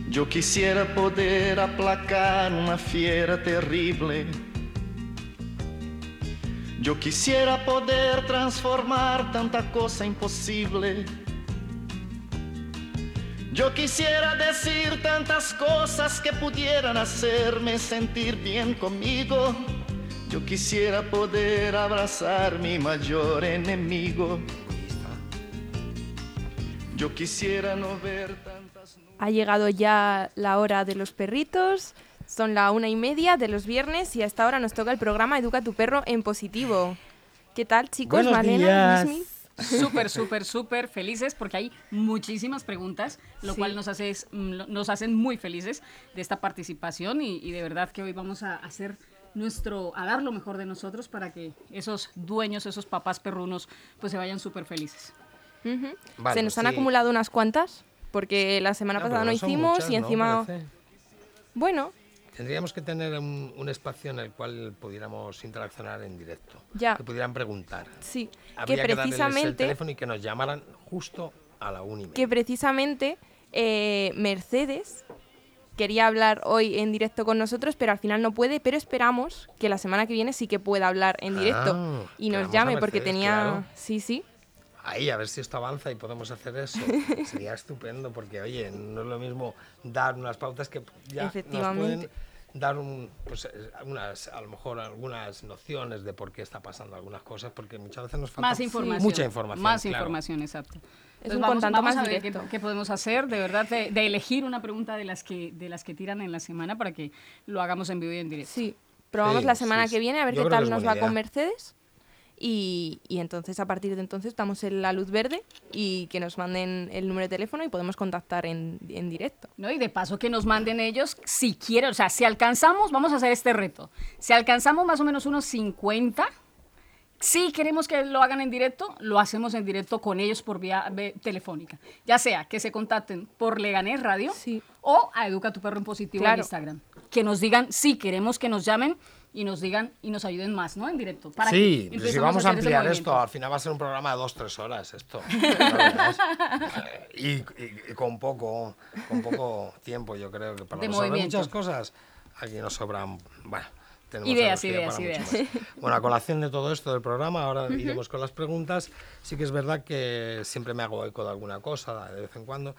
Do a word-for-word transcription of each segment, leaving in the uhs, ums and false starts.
Yo quisiera poder aplacar una fiera terrible. Yo quisiera poder transformar tanta cosa imposible. Yo quisiera decir tantas cosas que pudieran hacerme sentir bien conmigo. Yo quisiera poder abrazar mi mayor enemigo. Yo quisiera no ver tantas nubes. Ha llegado ya la hora de los perritos. Son la una y media de los viernes y a esta hora nos toca el programa Educa tu perro en positivo. ¿Qué tal, chicos? Buenos Malena, días. Luismi. Súper, súper, súper felices porque hay muchísimas preguntas, lo Sí. cual nos hace, nos hacen muy felices de esta participación y, y de verdad que hoy vamos a hacer nuestro, a dar lo mejor de nosotros para que esos dueños, esos papás perrunos, pues se vayan súper felices. Ujú. Vale, Se nos han sí. acumulado unas cuantas porque la semana Ah, pasada pero no son hicimos muchas, y ¿no? encima... Parece. Bueno, Tendríamos que tener un, un espacio en el cual pudiéramos interaccionar en directo. Ya. Que pudieran preguntar. sí, Habría que que darles el precisamente... teléfono y que nos llamaran justo a la una y media. que precisamente eh, Mercedes quería hablar hoy en directo con nosotros, pero al final no puede, pero esperamos que la semana que viene sí que pueda hablar en directo Ah, y nos queremos llame a porque Mercedes, tenía... claro. Sí, sí, Ahí, a ver si esto avanza y podemos hacer eso. Sería estupendo porque, oye, no es lo mismo dar unas pautas que ya nos Efectivamente. pueden dar un, pues, eh, unas, a lo mejor algunas nociones de por qué está pasando algunas cosas, porque muchas veces nos falta Más información. mucha información. Más claro. información, exacto. Es Entonces, un vamos, contacto vamos más a ver qué, directo. qué podemos hacer, de verdad, de, de elegir una pregunta de las, que, de las que tiran en la semana para que lo hagamos en vivo y en directo. sí. Probamos Sí, la semana sí, que sí. viene a ver Yo qué creo que tal es nos buena va con idea. Mercedes y, y entonces a partir de entonces estamos en la luz verde y que nos manden el número de teléfono y podemos contactar en, en directo. ¿No? Y de paso que nos manden ellos, si quieren, o sea, si alcanzamos, vamos a hacer este reto. Si alcanzamos más o menos unos cincuenta, si queremos que lo hagan en directo, lo hacemos en directo con ellos por vía ve- telefónica. Ya sea que se contacten por Leganés Radio Sí. o a Educa tu Perro en Positivo Claro. en Instagram. Que nos digan, si queremos que nos llamen y nos digan y nos ayuden más, ¿no? En directo. Para Sí, que pues si empecemos vamos a hacer ese ampliar movimiento. esto, al final va a ser un programa de dos, tres horas esto. la verdad es. y, y- y con poco, con poco tiempo, yo creo que para De resolver movimiento. muchas cosas, aquí nos sobran, bueno, tenemos Ideas, energía ideas, para ideas. mucho más. Bueno, a colación de todo esto del programa, ahora iremos con las preguntas. Sí que es verdad que siempre me hago eco de alguna cosa, de vez en cuando.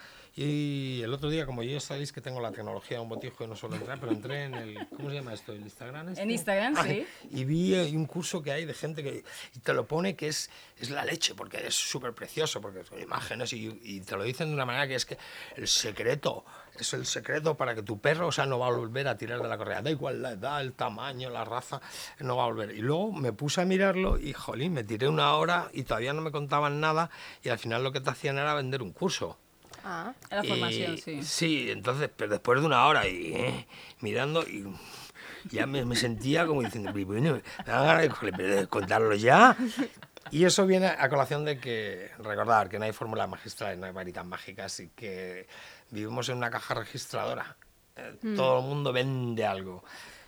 Y el otro día, como ya sabéis que tengo la tecnología de un botijo y no suelo entrar, pero entré en el, ¿cómo se llama esto? ¿El Instagram? este? En Instagram, Ah, sí. Y vi eh, un curso que hay de gente que y te lo pone que es, es la leche, porque es súper precioso, porque son imágenes y, y te lo dicen de una manera que es que el secreto, es el secreto para que tu perro, o sea, no va a volver a tirar de la correa, da igual la edad, el tamaño, la raza, no va a volver. Y luego me puse a mirarlo y, jolín, me tiré una hora y todavía no me contaban nada y al final lo que te hacían era vender un curso. Ah, La formación, Y- sí. Sí, entonces, pero después de una hora y eh, mirando, y ya me, me sentía como diciendo, "Pero bueno, me dan ganas de joder, pero de contarlo ya". Y eso viene a colación de que, recordar que no hay fórmulas magistrales, no hay varitas mágicas y que vivimos en una caja registradora. Eh, Todo el mundo vende algo.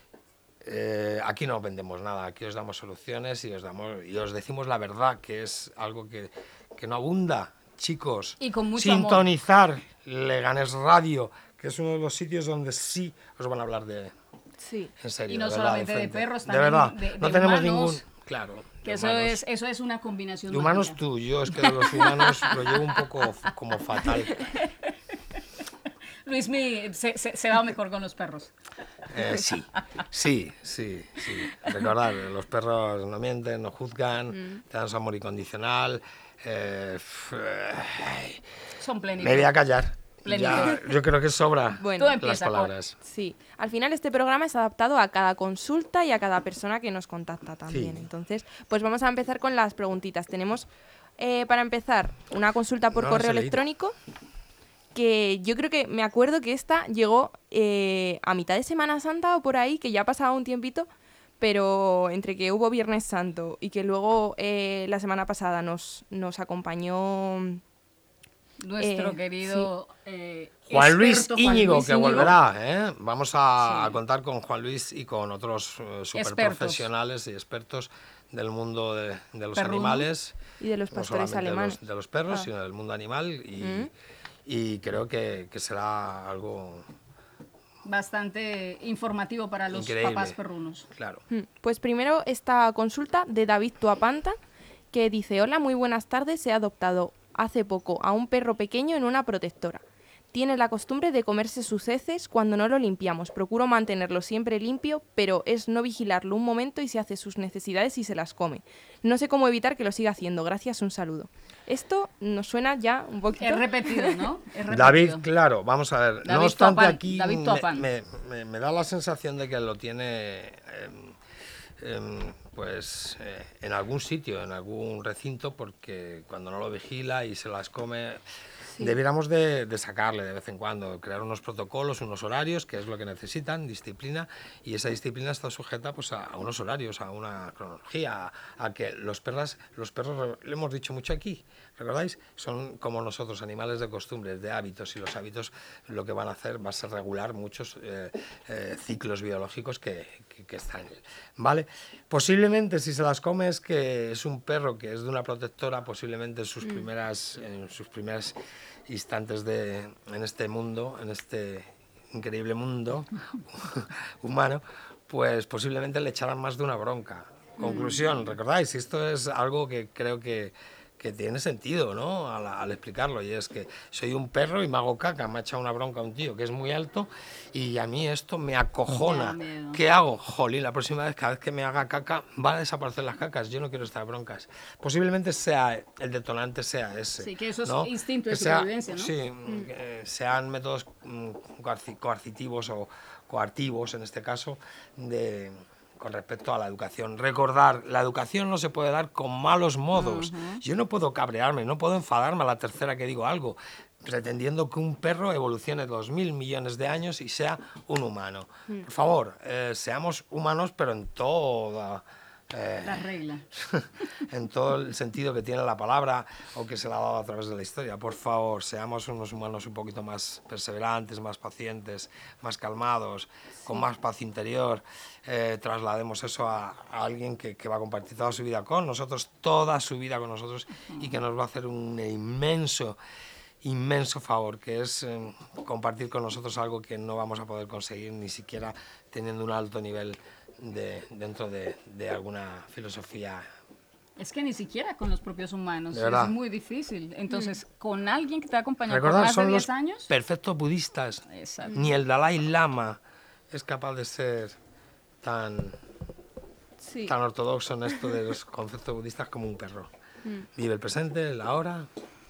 Eh, aquí no vendemos nada, aquí os damos soluciones y os, damos, y os decimos la verdad, que es algo que, que no abunda. Chicos, Y con mucho amor. sintonizar Leganés Radio, que es uno de los sitios donde sí os van a hablar de, sí. en serio, Y no de verdad, solamente de frente. perros, De también verdad, de- de no tenemos humanos, ningún... Claro, Que de eso humanos. es, eso es una combinación De humanos mágica. tú, yo es que de los humanos lo llevo un poco f- como fatal. Luismi se, se, se va mejor con los perros. Eh, sí, sí, sí, sí. Recordad, los perros no mienten, no juzgan, te dan su amor incondicional. Eh, f- ay, Son plenitud. me voy a callar. Plenitud. Ya, yo creo que sobra Bueno, Tú las empieza, palabras. Sí, al final este programa es adaptado a cada consulta y a cada persona que nos contacta también. Sí. Entonces, pues vamos a empezar con las preguntitas. Tenemos, eh, para empezar, una consulta por No las correo he leído. electrónico, que yo creo que me acuerdo que esta llegó eh, a mitad de Semana Santa o por ahí, que ya ha pasado un tiempito, pero entre que hubo Viernes Santo y que luego eh, la semana pasada nos, nos acompañó... Nuestro Eh, querido eh, Juan Luis experto Juan Íñigo, Luis que Íñigo. volverá, ¿eh? Vamos a, Sí. a contar con Juan Luis y con otros eh, super Expertos. profesionales y expertos del mundo de, de los Perruno. animales. Y de los no pastores solamente de los- alemanes. De los, perros, Ah. sino del mundo animal. Y, Mm. y creo que, que será algo bastante informativo para los increíble. papás perrunos. Claro. Pues primero esta consulta de David Tuapanta, que dice: hola, muy buenas tardes, he adoptado hace poco a un perro pequeño en una protectora. Tiene la costumbre de comerse sus heces cuando no lo limpiamos. Procuro mantenerlo siempre limpio, pero es no vigilarlo un momento y se hace sus necesidades y se las come. No sé cómo evitar que lo siga haciendo. Gracias, un saludo. Esto nos suena ya un poquito... Es repetido, ¿no? Es repetido. David, claro, vamos a ver. David no obstante, Tuapán, aquí David me, Tuapán. me- me- me da la sensación de que lo tiene em, em, pues eh, en algún sitio, en algún recinto, porque cuando no lo vigila y se las come... Sí. Debiéramos de, de sacarle de vez en cuando, crear unos protocolos, unos horarios, que es lo que necesitan, disciplina, y esa disciplina está sujeta pues, a, a unos horarios, a una cronología, a, a que los perros, los perros, lo hemos dicho mucho aquí, ¿recordáis? Son como nosotros, animales de costumbres, de hábitos, y los hábitos lo que van a hacer va a ser regular muchos eh, eh, ciclos biológicos que, que, que están en él, ¿vale? Posiblemente si se las come es que es un perro que es de una protectora, posiblemente en sus primeras, en sus primeras instantes de, en este mundo, en este increíble mundo humano, pues posiblemente le echaran más de una bronca. Conclusión, ¿recordáis? Esto es algo que creo que, que tiene sentido, ¿no? Al, al explicarlo, y es que soy un perro y me hago caca, me ha echado una bronca un tío que es muy alto y a mí esto me acojona. Me da miedo. ¿Qué hago? Jolín, la próxima vez, cada vez que me haga caca, van a desaparecer las cacas, yo no quiero estas broncas. Posiblemente sea, el detonante sea ese. Sí, que eso es ¿no? instinto de Que sea- supervivencia, ¿no? Sí, que sean métodos mm, coerci- coercitivos o coartivos, en este caso, de... con respecto a la educación. Recordar, la educación no se puede dar con malos modos. Yo no puedo cabrearme, no puedo enfadarme a la tercera que digo algo, pretendiendo que un perro evolucione dos mil millones de años y sea un humano. Por favor, eh, seamos humanos, pero en toda... eh, La regla. en todo el sentido que tiene la palabra o que se le ha dado a través de la historia. Por favor, seamos unos humanos un poquito más perseverantes, más pacientes, más calmados, con más paz interior. Eh, traslademos eso a, a alguien que, que va a compartir toda su vida con nosotros, toda su vida con nosotros, y que nos va a hacer un inmenso, inmenso favor, que es eh, compartir con nosotros algo que no vamos a poder conseguir ni siquiera teniendo un alto nivel de, dentro de, de alguna filosofía. Es que ni siquiera con los propios humanos. De verdad. Es muy difícil. Entonces, con alguien que te ha acompañado por Recordad, más de son diez los años... perfectos budistas. Exacto. Ni el Dalai Lama es capaz de ser tan, Sí. tan ortodoxo en esto de los conceptos budistas como un perro. Vive el presente, la hora,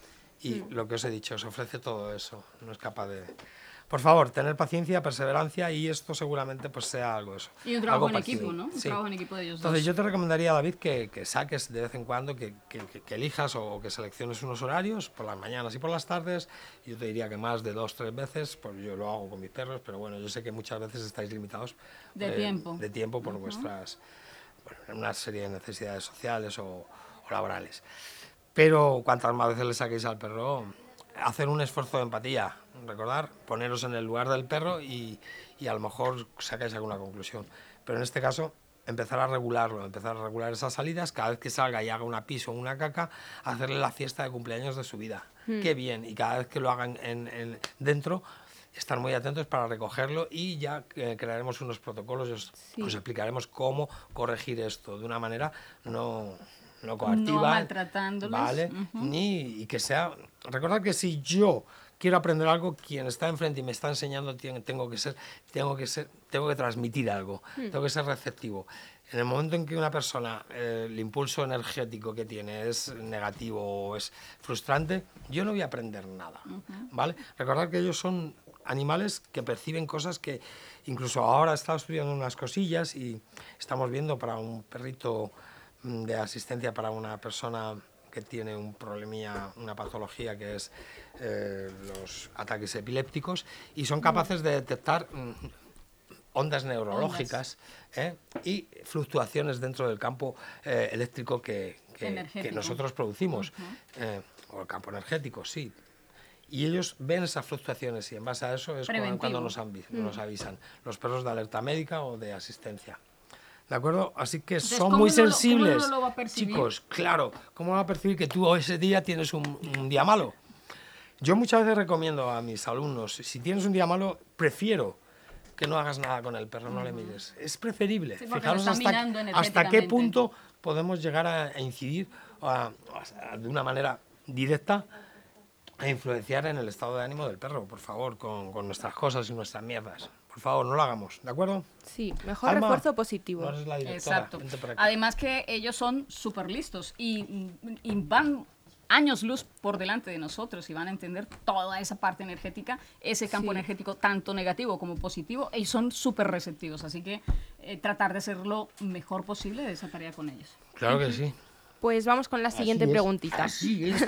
y lo que os he dicho, os ofrece todo eso. No es capaz de... Por favor, tener paciencia, perseverancia, y esto seguramente pues sea algo eso. Y un trabajo algo en parecido. equipo, ¿no? Un Sí. trabajo en equipo de ellos Entonces dos. yo te recomendaría, David, que, que saques de vez en cuando, que, que, que- que elijas o que selecciones unos horarios por las mañanas y por las tardes. Yo te diría que más de dos, tres veces, pues yo lo hago con mis perros, pero bueno, yo sé que muchas veces estáis limitados De tiempo. de tiempo por vuestras, bueno, una serie de necesidades sociales o, o laborales. Pero cuantas más veces le saquéis al perro, hacer un esfuerzo de empatía, recordar, poneros en el lugar del perro y, y a lo mejor sacáis alguna conclusión. Pero en este caso, empezar a regularlo, empezar a regular esas salidas, cada vez que salga y haga una pis o una caca, hacerle la fiesta de cumpleaños de su vida. Qué bien, y cada vez que lo hagan en, en- dentro, estar muy atentos para recogerlo, y ya eh, crearemos unos protocolos y os, Sí. os explicaremos cómo corregir esto de una manera no, no coactiva, maltratándoles. ¿vale? Ni y que sea... Recordad que si yo quiero aprender algo, quien está enfrente y me está enseñando, tiene- tengo que ser, tengo que ser, tengo que transmitir algo, tengo que ser receptivo. En el momento en que una persona, eh, el impulso energético que tiene es negativo o es frustrante, yo no voy a aprender nada, ¿vale? Recordad que ellos son animales que perciben cosas que incluso ahora he estado estudiando unas cosillas y estamos viendo para un perrito mm, de asistencia para una persona que tiene un problemilla, una patología que es eh, los ataques epilépticos, y son capaces de detectar mm, ondas neurológicas ¿eh? y fluctuaciones dentro del campo eh, eléctrico que, que- que Energético. nosotros producimos, eh, o el campo energético, sí. Y ellos ven esas fluctuaciones y en base a eso es cuando, Preventivo. cuando nos, avi- nos avisan los perros de alerta médica o de asistencia. ¿De acuerdo? Así que Entonces, son ¿cómo muy uno lo- cómo sensibles. uno lo va a percibir? Chicos, claro, ¿cómo va a percibir que tú ese día tienes un, un día malo? Yo muchas veces recomiendo a mis alumnos, si tienes un día malo, prefiero que no hagas nada con el perro, no le mires. Es preferible. Sí, porque Fijaros lo está hasta, minando hasta qué energéticamente. punto podemos llegar a, a incidir a- a- de una manera directa a influenciar en el estado de ánimo del perro, por favor, con, con nuestras cosas y nuestras mierdas. Por favor, no lo hagamos, ¿de acuerdo? Sí, mejor Alma, refuerzo positivo. no eres la directora, Exacto. vente por aquí. Además que ellos son súper listos y, y van años luz por delante de nosotros y van a entender toda esa parte energética, ese campo Sí. energético tanto negativo como positivo, y son súper receptivos. Así que eh, tratar de hacer lo mejor posible de esa tarea con ellos. Claro que sí. Pues vamos con la siguiente Así es, preguntita. así es.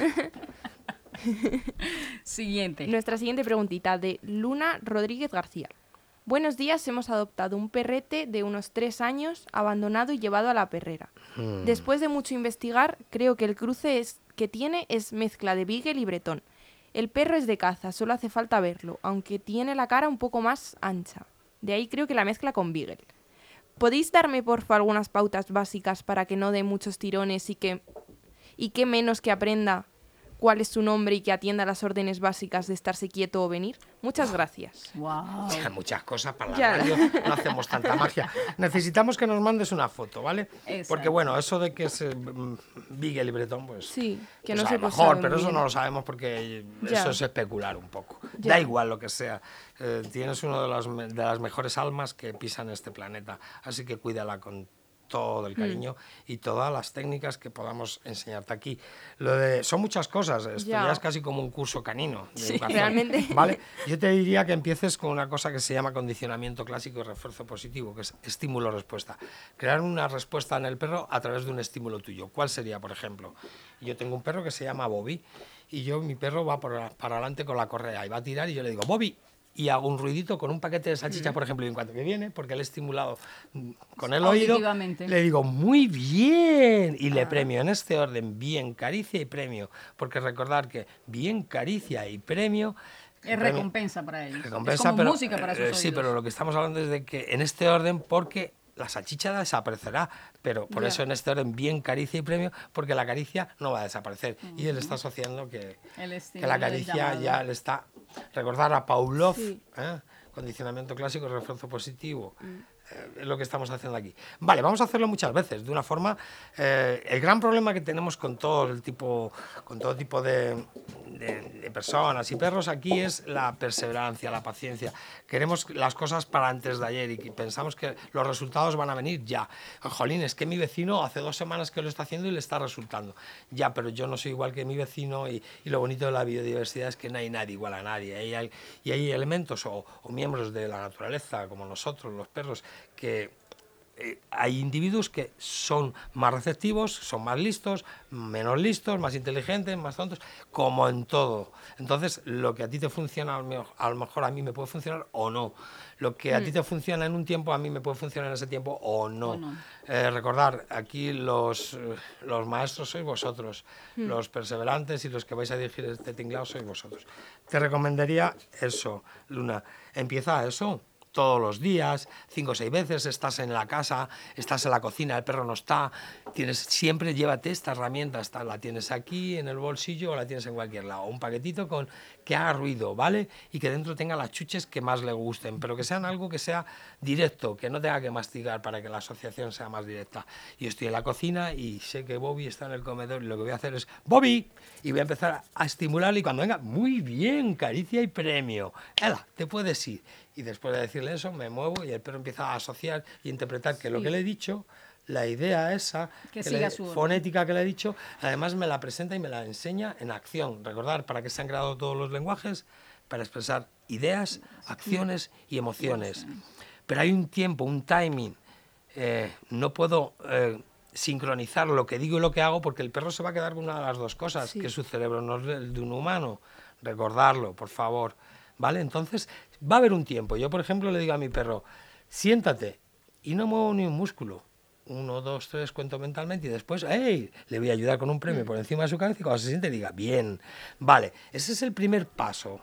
Siguiente. Nuestra siguiente preguntita de Luna Rodríguez García. Buenos días, hemos adoptado un perrete de unos tres años, abandonado y llevado a la perrera. Hmm. Después de mucho investigar, creo que el cruce es, que tiene es mezcla de beagle y bretón. El perro es de caza, solo hace falta verlo, aunque tiene la cara un poco más ancha. De ahí creo que la mezcla con beagle. ¿Podéis darme, porfa, algunas pautas básicas para que no dé muchos tirones y que, y que menos que aprenda cuál es su nombre y que atienda las órdenes básicas de estarse quieto o venir? Muchas gracias. Wow. Ya, muchas cosas para la Ya. radio, no hacemos tanta magia. Necesitamos que nos mandes una foto, ¿vale? Exacto. Porque bueno, eso de que es eh, mm, Beagle y Bretón, pues, Sí, que pues no a se lo pues mejor, sabe pero muy eso bien. no lo sabemos porque Ya. eso es especular un poco. Ya. Da igual lo que sea. Eh, tienes una de las, me- de las mejores almas que pisan este planeta, así que cuídala con todo Mm. el cariño y todas las técnicas que podamos enseñarte aquí. Lo de, son muchas cosas, esto Ya. ya es casi como un curso canino de Sí, educación, realmente. ¿vale? Yo te diría que empieces con una cosa que se llama condicionamiento clásico y refuerzo positivo, que es estímulo-respuesta. Crear una respuesta en el perro a través de un estímulo tuyo. ¿Cuál sería, por ejemplo? Yo tengo un perro que se llama Bobby y yo, mi perro va por, para adelante con la correa y va a tirar y yo le digo, Bobby, y hago un ruidito con un paquete de salchichas, por ejemplo, y en cuanto que viene, porque le he estimulado mm, con el oído, Auditivamente. le digo, muy bien, y le premio en este orden, bien, caricia y premio, porque recordar que bien, caricia y premio... Es premio- recompensa para ellos. recompensa, es como pero, música para sus eh, oídos. Sí, pero lo que estamos hablando es de que en este orden, porque la salchicha desaparecerá, pero por Ya. eso en este orden bien, caricia y premio, porque la caricia no va a desaparecer, y él está asociando que, El que estímulo la del caricia llamado. ya le está... Recordar a Pavlov, Sí. ¿eh? Condicionamiento clásico, refuerzo positivo. Eh, es lo que estamos haciendo aquí. Vale, vamos a hacerlo muchas veces, de una forma... eh, el gran problema que tenemos con todo el tipo, con todo tipo de, de- de personas y perros aquí es la perseverancia, la paciencia. Queremos las cosas para antes de ayer y que pensamos que los resultados van a venir ya. Jolín, es que mi vecino hace dos semanas que lo está haciendo y le está resultando. Ya, pero yo no soy igual que mi vecino y, y lo bonito de la biodiversidad es que no hay nadie igual a nadie. Y hay, y hay elementos o, o miembros de la naturaleza, como nosotros, los perros, que eh, hay individuos que son más receptivos, son más listos, menos listos, más inteligentes, más tontos, como en todo. Entonces, lo que a ti te funciona, a lo mejor- a lo mejor a mí me puede funcionar o no. Lo que a ti te funciona en un tiempo, a mí me puede funcionar en ese tiempo o no. O no. Eh, recordar, aquí los, eh, los maestros sois vosotros, los perseverantes y los que vais a dirigir este tinglado sois vosotros. Te recomendaría eso, Luna. Empieza a eso. Todos los días, cinco o seis veces, estás en la casa, estás en la cocina, el perro no está, tienes, siempre llévate esta herramienta, esta, la tienes aquí en el bolsillo o la tienes en cualquier lado, un paquetito con que haga ruido, ¿vale? Y que dentro tenga las chuches que más le gusten, pero que sean algo que sea directo, que no tenga que mastigar para que la asociación sea más directa. Yo estoy en la cocina y sé que Bobby está en el comedor y lo que voy a hacer es, ¡Bobby! Y voy a empezar a estimularle y cuando venga, muy bien, caricia y premio. ¡Hala, te puedes ir! Y después de decirle eso, me muevo y el perro empieza a asociar y interpretar que lo que le he dicho, la idea esa, Que que siga le- su orden. fonética que le he dicho, además me la presenta y me la enseña en acción. Recordar, para qué se han creado todos los lenguajes, para expresar ideas, acciones y emociones. Pero hay un tiempo, un timing. Eh, no puedo eh, sincronizar lo que digo y lo que hago porque el perro se va a quedar con una de las dos cosas, Sí. que su cerebro no es el de un humano. Recordarlo, por favor. ¿Vale? Entonces, va a haber un tiempo. Yo, por ejemplo, le digo a mi perro, siéntate y no muevo ni un músculo. Uno, dos, tres, cuento mentalmente y después, ¡hey! Le voy a ayudar con un premio por encima de su cabeza y cuando se siente diga, bien. Vale, ese es el primer paso.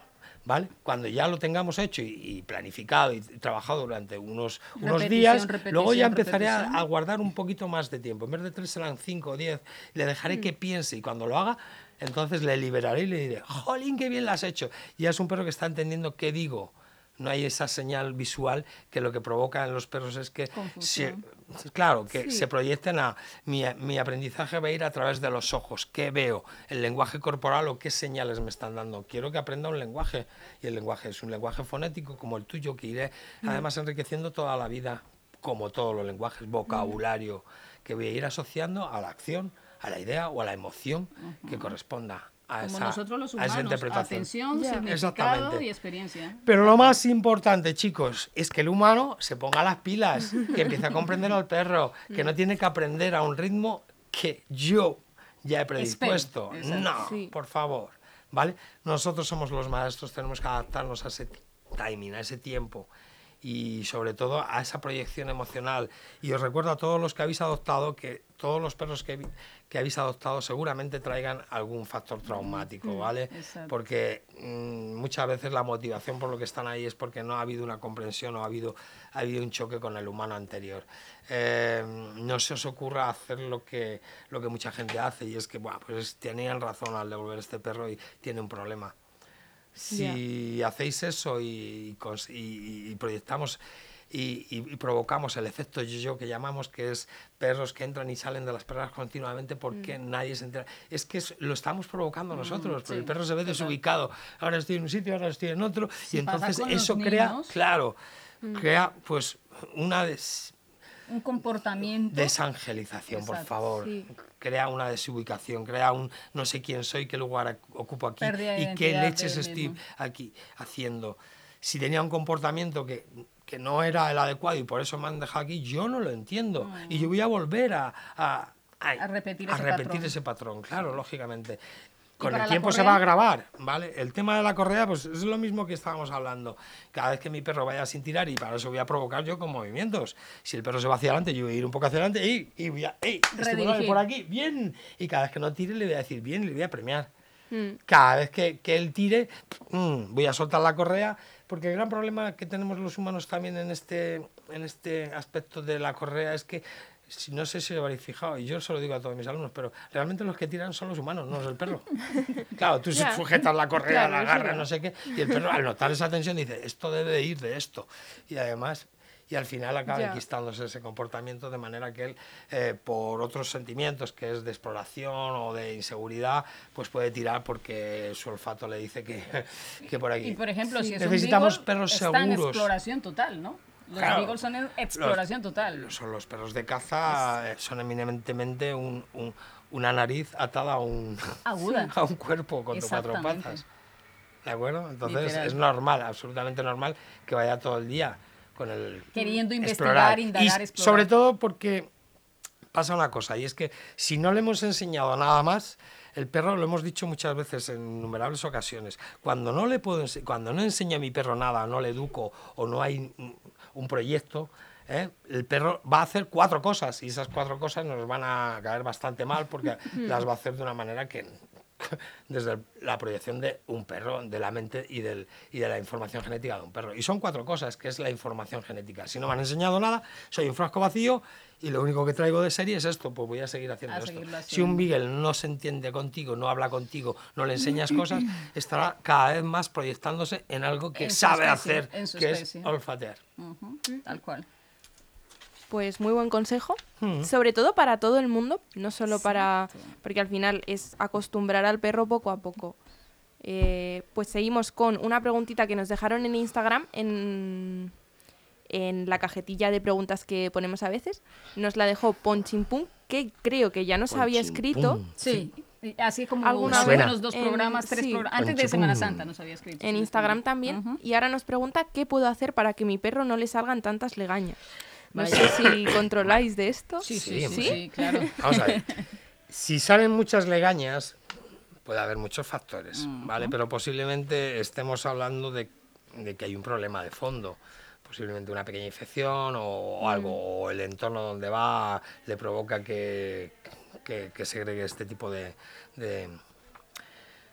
¿vale? Cuando ya lo tengamos hecho y, y planificado y trabajado durante unos, unos Repetición, días, repetición, luego ya empezaré a, repetición. a guardar un poquito más de tiempo. En vez de tres serán cinco o diez. Le dejaré que piense y cuando lo haga, entonces le liberaré y le diré, ¡jolín, qué bien lo has hecho! Ya es un perro que está entendiendo qué digo. No hay esa señal visual que lo que provoca en los perros es que, se, claro, que Sí. se proyecten a... Mi, mi aprendizaje va a ir a través de los ojos. ¿Qué veo? El lenguaje corporal o qué señales me están dando. Quiero que aprenda un lenguaje. Y el lenguaje es un lenguaje fonético como el tuyo, que iré además enriqueciendo toda la vida, como todos los lenguajes, vocabulario, que voy a ir asociando a la acción, a la idea o a la emoción que corresponda a Como esa, nosotros los a esa humanos, interpretación. atención, Ya. significado Exactamente. y experiencia. Pero lo más importante, chicos, es que el humano se ponga las pilas, que empiece a comprender al perro, que no tiene que aprender a un ritmo que yo ya he predispuesto. Espero, exacto. No, Sí. por favor, ¿vale? Nosotros somos los maestros, tenemos que adaptarnos a ese timing, a ese tiempo y sobre todo a esa proyección emocional. Y os recuerdo a todos los que habéis adoptado que todos los perros que, que habéis adoptado seguramente traigan algún factor traumático, ¿vale? Exacto. Porque mmm, muchas veces la motivación por lo que están ahí es porque no ha habido una comprensión o ha habido, ha habido un choque con el humano anterior. Eh, no se os ocurra hacer lo que, lo que mucha gente hace y es que, bueno, pues tenían razón al devolver este perro y tiene un problema. Si yeah. hacéis eso y, y, y proyectamos y, y, y provocamos el efecto yo-yo que llamamos, que es perros que entran y salen de las perras continuamente porque mm. nadie se entera. Es que es, lo estamos provocando nosotros, mm, porque sí, el perro se ve desubicado. Ahora estoy en un sitio, ahora estoy en otro. Sí, y entonces eso crea, niños. claro, mm. crea pues una... Des, un comportamiento. Desangelización, Exacto, por favor. Sí. Crea una desubicación, crea un no sé quién soy, qué lugar ocupo aquí Pérdida y qué leches estoy mismo. aquí haciendo. Si tenía un comportamiento que, que no era el adecuado y por eso me han dejado aquí, yo no lo entiendo. Mm. Y yo voy a volver a, a, a, a repetir, a ese, repetir patrón. ese patrón. Claro, lógicamente. Con el la tiempo correa? se va a agravar, ¿vale? El tema de la correa, pues es lo mismo que estábamos hablando. Cada vez que mi perro vaya sin tirar, y para eso voy a provocar yo con movimientos. Si el perro se va hacia adelante, yo voy a ir un poco hacia adelante y, y voy a, ¡ey! Estimularle por aquí, bien. Y cada vez que no tire, le voy a decir bien y le voy a premiar. Mm. Cada vez que, que él tire, mm, voy a soltar la correa, porque el gran problema que tenemos los humanos también en este, en este aspecto de la correa es que no sé si lo habréis fijado, y yo se lo digo a todos mis alumnos, pero realmente los que tiran son los humanos, no es el perro. Claro, tú yeah. sujetas la correa, claro, la agarras, no sé qué, y el perro al notar esa tensión dice, esto debe de ir de esto. Y además, y al final acaba yeah. enquistándose ese comportamiento de manera que él, eh, por otros sentimientos, que es de exploración o de inseguridad, pues puede tirar porque su olfato le dice que, que por aquí. Y por ejemplo, sí. si es necesitamos un perros está seguros. En exploración total, ¿no? Los claro, beagles son en exploración los, total. Son los perros de caza, es... son eminentemente un, un, una nariz atada a un, Aguda. a un cuerpo con cuatro patas. ¿De acuerdo? Entonces Literal. Es normal, absolutamente normal que vaya todo el día con el queriendo explorar. investigar, indagar, y explorar. Sobre todo porque pasa una cosa, y es que si no le hemos enseñado nada más, el perro, lo hemos dicho muchas veces en innumerables ocasiones, cuando no le puedo cuando no enseño a mi perro nada, no le educo o no hay un proyecto, ¿eh? el perro va a hacer cuatro cosas y esas cuatro cosas nos van a caer bastante mal porque las va a hacer de una manera que desde la proyección de un perro, de la mente y, del, y de la información genética de un perro. Y son cuatro cosas, que es la información genética. Si no me han enseñado nada, soy un frasco vacío y lo único que traigo de serie es esto, pues voy a seguir haciendo a esto. haciendo. Si un beagle no se entiende contigo, no habla contigo, no le enseñas cosas, estará cada vez más proyectándose en algo que en sabe especie, hacer, que especie. es olfatear. Uh-huh, tal cual. Pues muy buen consejo, mm. sobre todo para todo el mundo, no solo sí, para... porque al final es acostumbrar al perro poco a poco. Eh, pues seguimos con una preguntita que nos dejaron en Instagram, en, en la cajetilla de preguntas que ponemos a veces. Nos la dejó Ponchimpum, que creo que ya nos había escrito. Sí, así como alguna vez los dos programas, en, tres sí. programas, antes de Semana Santa nos había escrito. En sí, Instagram sí. también, uh-huh. y ahora nos pregunta qué puedo hacer para que mi perro no le salgan tantas legañas. No sé si controláis de esto. Sí, sí, sí, sí, sí, claro. Vamos a ver. Si salen muchas legañas, puede haber muchos factores, uh-huh. ¿vale? Pero posiblemente estemos hablando de, de que hay un problema de fondo. Posiblemente una pequeña infección o, o algo, uh-huh. o el entorno donde va le provoca que, que, que segregue este tipo de, de,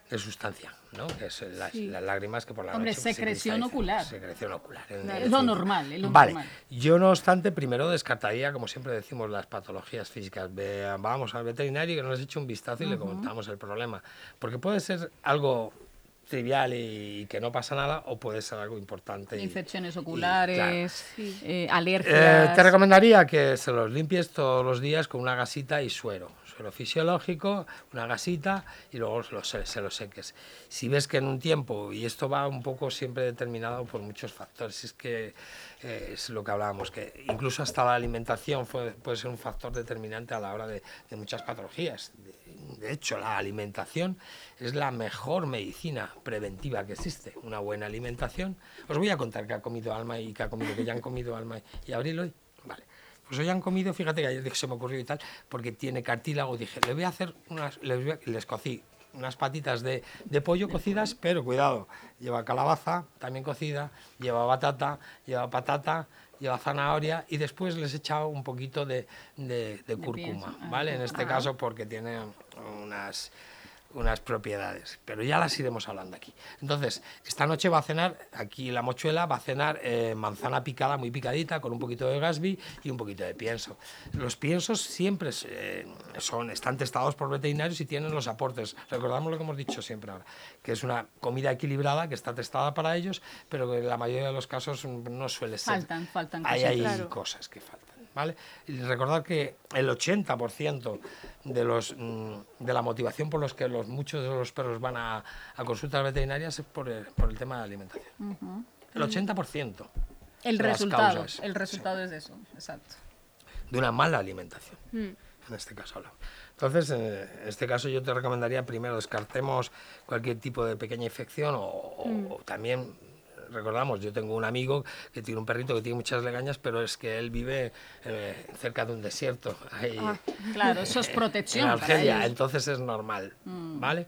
de sustancia, ¿no? Que es las, Sí. las lágrimas que por la Hombre, noche se secreción cristalizan. ocular. Secreción ocular. en Es lo definitiva. normal, es lo Vale, normal. yo no obstante primero descartaría, como siempre decimos, las patologías físicas. Ve- vamos al veterinario que nos eche un vistazo y le comentamos el problema. Porque puede ser algo trivial y, y que no pasa nada, o puede ser algo importante. y- Infecciones y, oculares, claro. eh, Eh, alergias. te recomendaría que se los limpies todos los días con una gasita y suero. Suero fisiológico, una gasita y luego los- se, se los seques. Si ves que en un tiempo, y esto va un poco siempre determinado por muchos factores, es que eh, es lo que hablábamos, que incluso hasta la alimentación fue- puede ser un factor determinante a la hora de, de muchas patologías. De, de hecho, la alimentación es la mejor medicina preventiva que existe. Una buena alimentación. Os voy a contar qué ha comido Alma y qué ha comido, que ya han comido Alma y Abril hoy. Vale. Pues hoy han comido, fíjate que ayer dije, se me ocurrió y tal, porque tiene cartílago, dije, le voy a hacer unas, les, voy a- les cocí unas patitas de, de pollo cocidas, pero cuidado, lleva calabaza también cocida, lleva batata, lleva patata, lleva zanahoria y después les he echado un poquito de, de, de cúrcuma, pienso. Ah, ¿vale? En este ajá. caso porque tiene unas unas propiedades, pero ya las iremos hablando aquí. Entonces, esta noche va a cenar, aquí la mochuela va a cenar eh, manzana picada, muy picadita, con un poquito de gasby y un poquito de pienso. Los piensos siempre eh, son, están testados por veterinarios y tienen los aportes. Recordamos lo que hemos dicho siempre ahora, que es una comida equilibrada, que está testada para ellos, pero que en la mayoría de los casos no suele ser. Faltan, faltan Hay, hay cositas. Claro. cosas que faltan. ¿Vale? Y recordad que el ochenta por ciento de, los, mm, de la motivación por los que los, muchos de los perros van a, a consultas veterinarias es por el, por el tema de la alimentación. El ochenta por ciento El de las resultado, causas, el resultado es eso, exacto. de una mala alimentación. Mm. En este caso hablamos. Entonces, en este caso yo te recomendaría primero descartemos cualquier tipo de pequeña infección o, o- o también recordamos, yo tengo un amigo que tiene un perrito que tiene muchas legañas, pero es que él vive eh, cerca de un desierto, ahí, Claro, eso es en protección para Argelia, ellos. entonces es normal, ¿vale?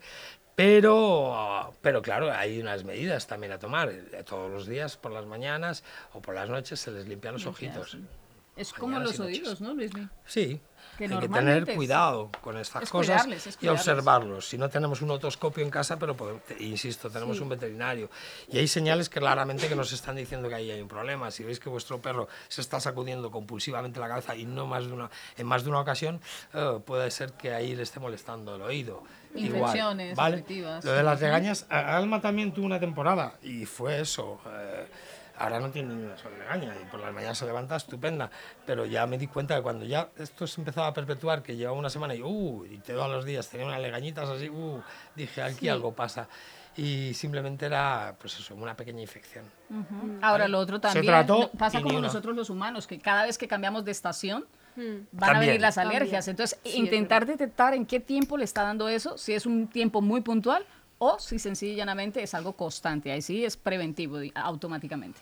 Pero, pero claro, hay unas medidas también a tomar. Eh, Todos los días, por las mañanas o por las noches, se les limpian los ojitos. Es como Mañanas los y noches. oídos, ¿no, Luismi? Sí, Que hay que normalmente tener es- cuidado con estas es cosas cuidarles, es y cuidarles. observarlos. Si no tenemos un otoscopio en casa, pero podemos- te- insisto, tenemos un veterinario. Y hay señales que claramente que nos están diciendo que ahí hay un problema. Si veis que vuestro perro se está sacudiendo compulsivamente la cabeza y no más de una, en más de una ocasión, eh, puede ser que ahí le esté molestando el oído. Infecciones Igual, ¿vale? auditivas. Lo de las legañas, a- Alma también tuvo una temporada y fue eso. eh, Ahora no tiene ni una sola legaña y por las mañanas se levanta estupenda, pero ya me di cuenta que cuando ya esto se empezaba a perpetuar, que llevaba una semana y, uh, y todos los días tenía unas legañitas así, uh, dije, aquí algo pasa. Y simplemente era, pues eso, una pequeña infección. Ahora, lo otro Se también trató no- pasa y como ni una. nosotros los humanos, que cada vez que cambiamos de estación van a También. venir las También. alergias. Entonces, Sí, es intentar detectar en qué tiempo le está dando eso, si es un tiempo muy puntual o si sencillamente y llanamente es algo constante. Ahí sí es preventivo di- automáticamente.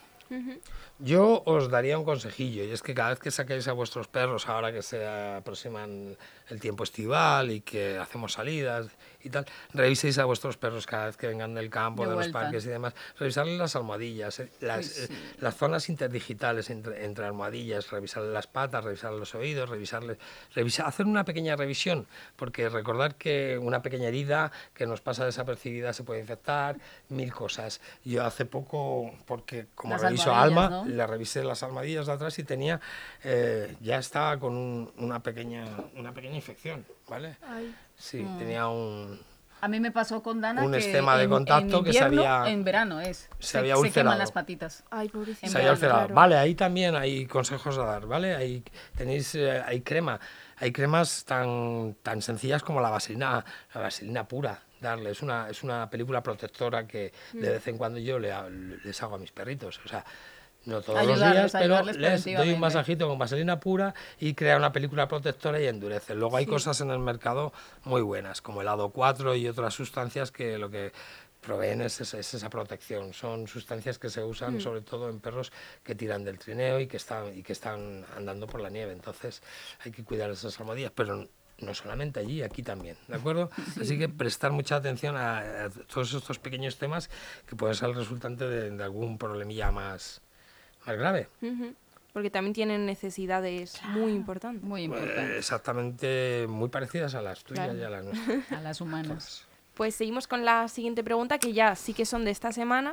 Yo os daría un consejillo, y es que cada vez que saquéis a vuestros perros, ahora que se aproximan el tiempo estival y que hacemos salidas y tal, reviséis a vuestros perros cada vez que vengan del campo, De de, los vuelta. parques y demás, revisarles las almohadillas, eh, las, Uy, sí. eh, las zonas interdigitales entre, entre almohadillas, revisarles las patas, revisarles los oídos, revisarles, revisar, hacer una pequeña revisión, porque recordar que una pequeña herida que nos pasa desapercibida se puede infectar, mil cosas. Yo hace poco, porque como Las reviso a Alma, almohadillas, ¿no? le revisé las almohadillas de atrás y tenía, eh, ya estaba con un- una, pequeña, una pequeña infección, ¿vale? Ay. Sí, Mm. tenía un... A mí me pasó con Dana Un que esquema de en, contacto en que se invierno, había- en verano es. se había queman ulcerado. las patitas. Ay, pobrecito. En Se había verano, ulcerado. claro. Vale, ahí también hay consejos a dar, ¿vale? Ahí tenéis, eh, hay crema, hay cremas tan, tan sencillas como la vaselina, la vaselina pura, darle, es una, es una película protectora que de vez en cuando yo le, ha- les hago a mis perritos, o sea, no todos los Ayudarles, días, pero ayudarles les doy un preventivamente. masajito con vaselina pura y crea una película protectora y endurece. Luego hay cosas en el mercado muy buenas, como el A D O cuatro y otras sustancias que lo que proveen es esa, es esa protección. Son sustancias que se usan sobre todo en perros que tiran del trineo y que están, y que están andando por la nieve. Entonces hay que cuidar esas almohadillas, pero no solamente allí, aquí también, ¿de acuerdo? Así que prestar mucha atención a, a todos estos pequeños temas que pueden ser el resultante de, de algún problemilla más, más grave. Ujú. Porque también tienen necesidades muy importantes. Muy Eh, importante. exactamente muy parecidas a las tuyas Claro. y a las nuestras. A las humanas. Pues seguimos con la siguiente pregunta, que ya sí que son de esta semana.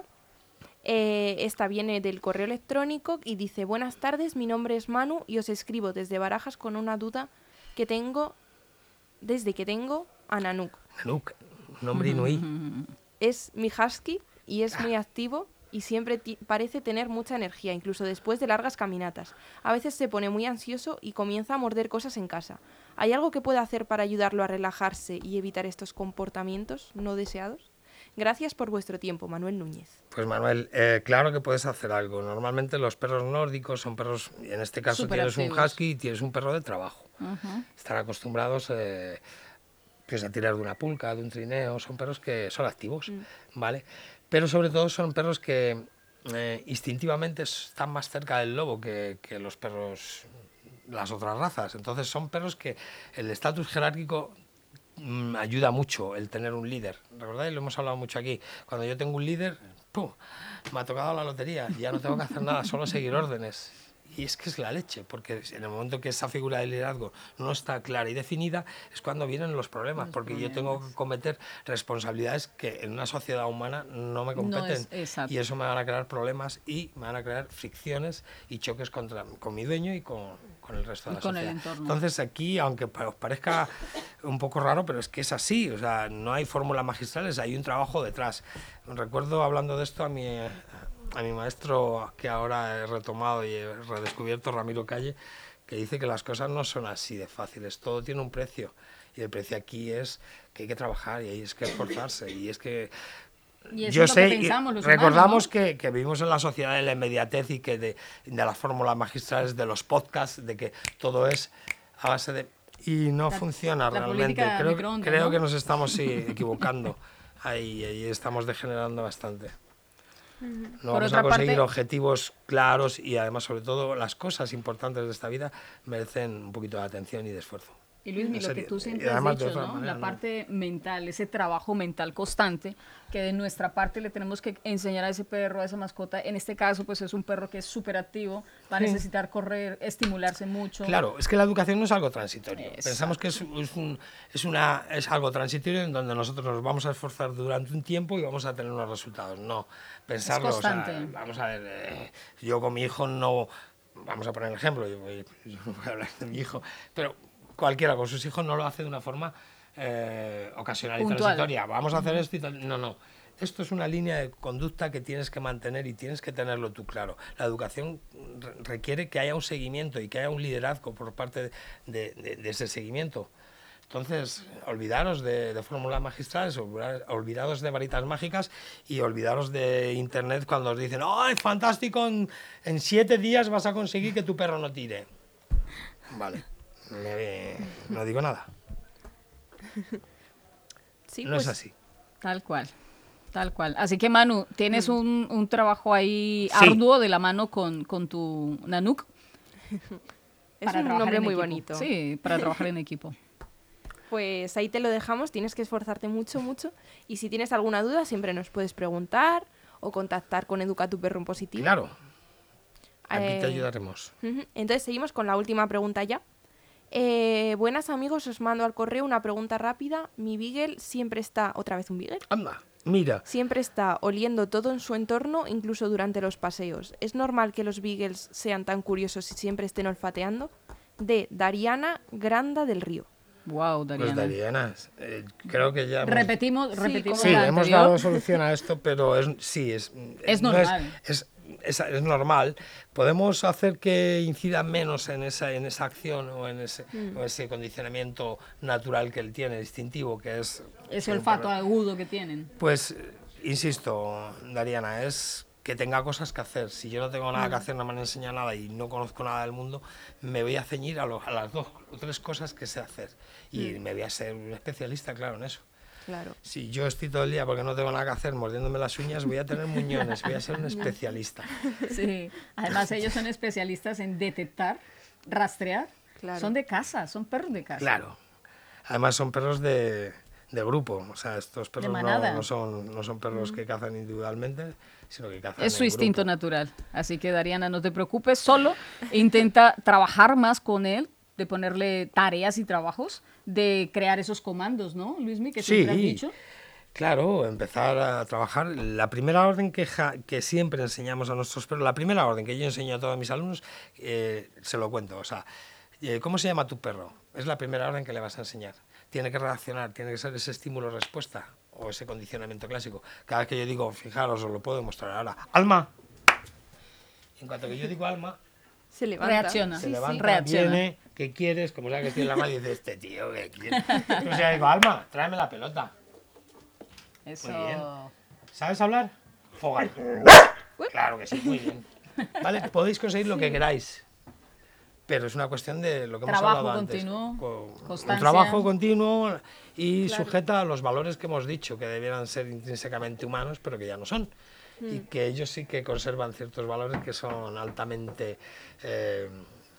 Eh, esta viene del correo electrónico y dice: buenas tardes, mi nombre es Manu y os escribo desde Barajas con una duda que tengo desde que tengo a Nanook. Nanook, nombre inuí. Es mi husky y es muy activo y siempre ti- parece tener mucha energía, incluso después de largas caminatas. A veces se pone muy ansioso y comienza a morder cosas en casa. ¿Hay algo que pueda hacer para ayudarlo a relajarse y evitar estos comportamientos no deseados? Gracias por vuestro tiempo, Manuel Núñez. Pues Manuel, eh, claro que puedes hacer algo. Normalmente los perros nórdicos son perros, en este caso tienes Superactivos. un husky y tienes un perro de trabajo. Ujú. Están acostumbrados eh, pues a tirar de una pulca, de un trineo, son perros que son activos, Mm. ¿vale? Pero sobre todo son perros que eh, instintivamente están más cerca del lobo que, que los perros, las otras razas. Entonces son perros que el estatus jerárquico mm, ayuda mucho el tener un líder. ¿Recordáis? Lo hemos hablado mucho aquí. Cuando yo tengo un líder, ¡pum!, me ha tocado la lotería, ya no tengo que hacer nada, solo seguir órdenes. Y es que es la leche, porque en el momento que esa figura de liderazgo no está clara y definida, es cuando vienen los problemas, Los porque problemas. yo tengo que cometer responsabilidades que en una sociedad humana no me competen. es- exacto. Y eso me van a crear problemas y me van a crear fricciones y choques contra, con mi dueño y con, con el resto de Y la con el sociedad. entorno. Entonces aquí, aunque pa- os parezca un poco raro, pero es que es así, o sea, no hay fórmulas magistrales, hay un trabajo detrás. Recuerdo hablando de esto a mi, a mi maestro, que ahora he retomado y he redescubierto, Ramiro Calle, que dice que las cosas no son así de fáciles, todo tiene un precio. Y el precio aquí es que hay que trabajar y hay es que esforzarse. Y es que Y eso yo es lo sé, que y pensamos los recordamos humanos, ¿no? que, que vivimos en la sociedad de la inmediatez y que de, de las fórmulas magistrales, de los podcasts, de que todo es a base de... Y no La- funciona la realmente. política Creo, microondas, creo ¿no? que nos estamos sí, equivocando. Ahí, ahí estamos degenerando bastante. No Por vamos otra a conseguir parte- objetivos claros y además, sobre todo, las cosas importantes de esta vida merecen un poquito de atención y de esfuerzo. Y Luis, En lo que serio. tú Y siempre has además, de dicho, otra ¿no? manera, La no. parte mental, ese trabajo mental constante, que de nuestra parte le tenemos que enseñar a ese perro, a esa mascota. En este caso, pues es un perro que es súper activo, va a necesitar correr, estimularse mucho. Claro, es que la educación no es algo transitorio. Exacto. Pensamos que es, es, un- es una, es algo transitorio en donde nosotros nos vamos a esforzar durante un tiempo y vamos a tener unos resultados. No, pensarlo, o sea, constante. vamos a ver, eh, yo con mi hijo no, vamos a poner el ejemplo, yo, voy- yo no voy a hablar de mi hijo, pero cualquiera con sus hijos no lo hace de una forma eh, ocasional y Puntual. transitoria. Vamos a hacer esto y tal. No, no. Esto es una línea de conducta que tienes que mantener y tienes que tenerlo tú claro. La educación re- requiere que haya un seguimiento y que haya un liderazgo por parte de, de- de ese seguimiento. Entonces, olvidaros de, de fórmulas magistrales, olvidar- olvidaros de varitas mágicas y olvidaros de Internet cuando os dicen ¡ay, fantástico! En, en siete días vas a conseguir que tu perro no tire. Vale, me- no digo nada. Sí, No pues, es así. Tal cual, tal cual. Así que Manu, tienes un, un trabajo ahí Sí. arduo de la mano con, con tu Nanook. Es para un trabajar nombre en muy equipo. bonito. Sí, para trabajar en equipo. Pues ahí te lo dejamos, tienes que esforzarte mucho, mucho. Y si tienes alguna duda, siempre nos puedes preguntar o contactar con Educa tu Perro en Positivo. Claro, aquí Eh, te ayudaremos. Ujú. Entonces seguimos con la última pregunta ya. Eh, buenas amigos, os mando al correo una pregunta rápida. Mi Beagle siempre está, otra vez un Beagle, Anda, mira. siempre está oliendo todo en su entorno, incluso durante los paseos. ¿Es normal que los Beagles sean tan curiosos y siempre estén olfateando? De Dariana Granda del Río. Wow, Pues Dariana. Dariana, eh, creo que ya... hemos- Repetimos, Sí, repetimos Sí, la hemos anterior. dado solución a esto, pero es, sí, es, Es no normal. Es, es, es normal. Podemos hacer que incida menos en esa, en esa acción o en ese, o ese condicionamiento natural que él tiene, distintivo, que es... Ese olfato agudo que tienen. Pues, eh, insisto, Dariana, es que tenga cosas que hacer. Si yo no tengo nada que hacer, no me han enseñado nada y no conozco nada del mundo, me voy a ceñir a, lo- a las dos o tres cosas que sé hacer. Y me voy a ser un especialista, claro, en eso. Claro. Si yo estoy todo el día porque no tengo nada que hacer mordiéndome las uñas, voy a tener muñones, voy a ser un especialista. Sí. Además, ellos son especialistas en detectar, rastrear. Claro. Son de casa, son perros de casa. Claro. Además son perros de, de grupo, o sea, estos perros no, manada. no son, no son perros que cazan individualmente, sino que cazan Es su en instinto grupo. natural. Así que, Dariana, no te preocupes, solo intenta trabajar más con él, de ponerle tareas y trabajos, de crear esos comandos, ¿no, Luismi, que siempre has Sí. dicho? Claro, empezar a trabajar. La primera orden que, ja, que siempre enseñamos a nuestros perros, la primera orden que yo enseño a todos mis alumnos, eh, se lo cuento. O sea, eh, ¿cómo se llama tu perro? Es la primera orden que le vas a enseñar. Tiene que reaccionar, tiene que ser ese estímulo-respuesta o ese condicionamiento clásico. Cada vez que yo digo, fijaros, os lo puedo demostrar ahora. ¡Alma! En cuanto que yo digo alma, Se levanta. Reacciona. se Sí, levanta, Reacciona. viene, ¿qué quieres? Como sabe que estoy en la mano y dice, este tío, ¿qué quiere? Entonces yo digo, alma, tráeme la pelota. Eso. Muy bien. ¿Sabes hablar? Fogar. Claro que sí, muy bien. ¿Vale? Podéis conseguir lo que queráis. Pero es una cuestión de lo que hemos Trabajo hablado antes. continuo, Con- constancia. Un trabajo continuo y Claro. sujeta a los valores que hemos dicho, que debieran ser intrínsecamente humanos, pero que ya no son. Y que ellos sí que conservan ciertos valores que son altamente eh,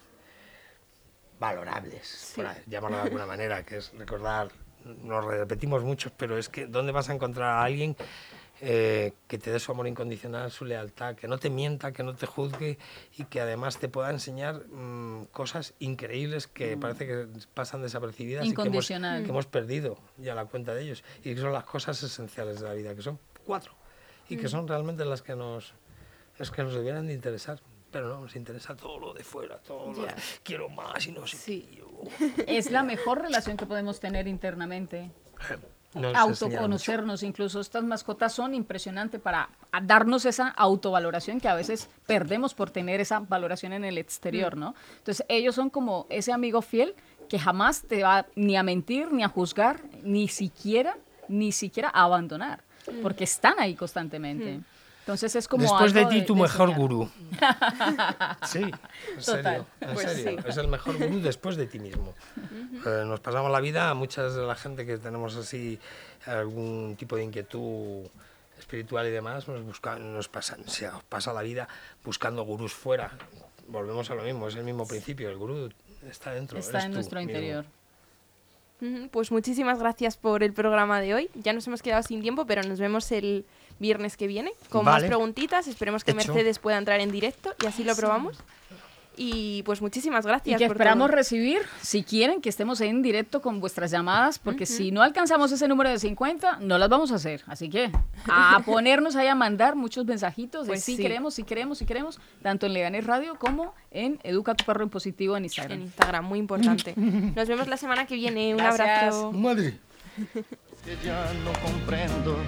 valorables, por ahí, llamarlo de alguna manera, que es recordar, nos repetimos muchos, pero es que ¿dónde vas a encontrar a alguien eh, que te dé su amor incondicional, su lealtad, que no te mienta, que no te juzgue y que además te pueda enseñar mmm, cosas increíbles que mm. parece que pasan desapercibidas y que hemos, que hemos perdido ya la cuenta de ellos, y que son las cosas esenciales de la vida, que son cuatro, y que son realmente las que nos, las que nos debieran de interesar. Pero no, nos interesa todo lo de fuera, todo lo de, quiero más y no sé Sí. qué. Yo, Es la mejor relación que podemos tener internamente. nos Autoconocernos, incluso estas mascotas son impresionantes para darnos esa autovaloración que a veces perdemos por tener esa valoración en el exterior, ¿no? Entonces ellos son como ese amigo fiel que jamás te va ni a mentir, ni a juzgar, ni siquiera, ni siquiera a abandonar, porque están ahí constantemente. Entonces es como después de algo ti, tu de mejor enseñar. gurú. Sí, en Total. serio, en Pues serio. sí. Es el mejor gurú después de ti mismo. Eh, nos pasamos la vida, muchas de la gente que tenemos así algún tipo de inquietud espiritual y demás, nos, busca, nos pasa, se pasa la vida buscando gurús fuera. Volvemos a lo mismo, es el mismo principio, el gurú está dentro. Está eres en tú nuestro mismo. interior. Ujú, pues muchísimas gracias por el programa de hoy. Ya nos hemos quedado sin tiempo, pero nos vemos el viernes que viene con Vale. más preguntitas. Esperemos que Hecho. Mercedes pueda entrar en directo y así lo probamos. Y pues muchísimas Y gracias. que por esperamos todo. recibir, si quieren, que estemos en directo con vuestras llamadas, porque si no alcanzamos ese número de cincuenta, no las vamos a hacer. Así que a ponernos ahí a mandar muchos mensajitos de Pues sí, sí. queremos, sí queremos, sí queremos, tanto en Leganés Radio como en Educa tu Perro en Positivo en Instagram. En Instagram, muy importante. Nos vemos la semana que viene. Un Gracias. abrazo. Madre. Que ya no comprendo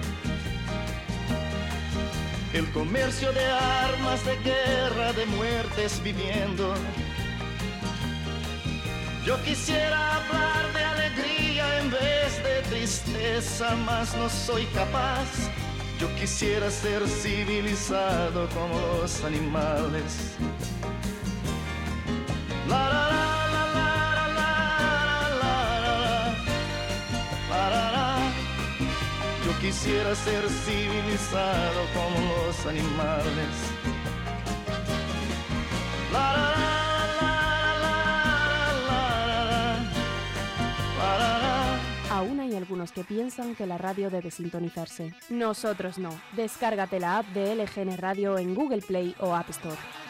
el comercio de armas, de guerra, de muertes viviendo. Yo quisiera hablar de alegría en vez de tristeza, mas no soy capaz. Yo quisiera ser civilizado como los animales. La, la, la, la, la, la, la, la, la, la, la. Yo quisiera ser civilizado como los animales. La, la, la, la, la, la, la, la. Aún hay algunos que piensan que la radio debe sintonizarse. Nosotros no. Descárgate la app de L G N Radio en Google Play o App Store.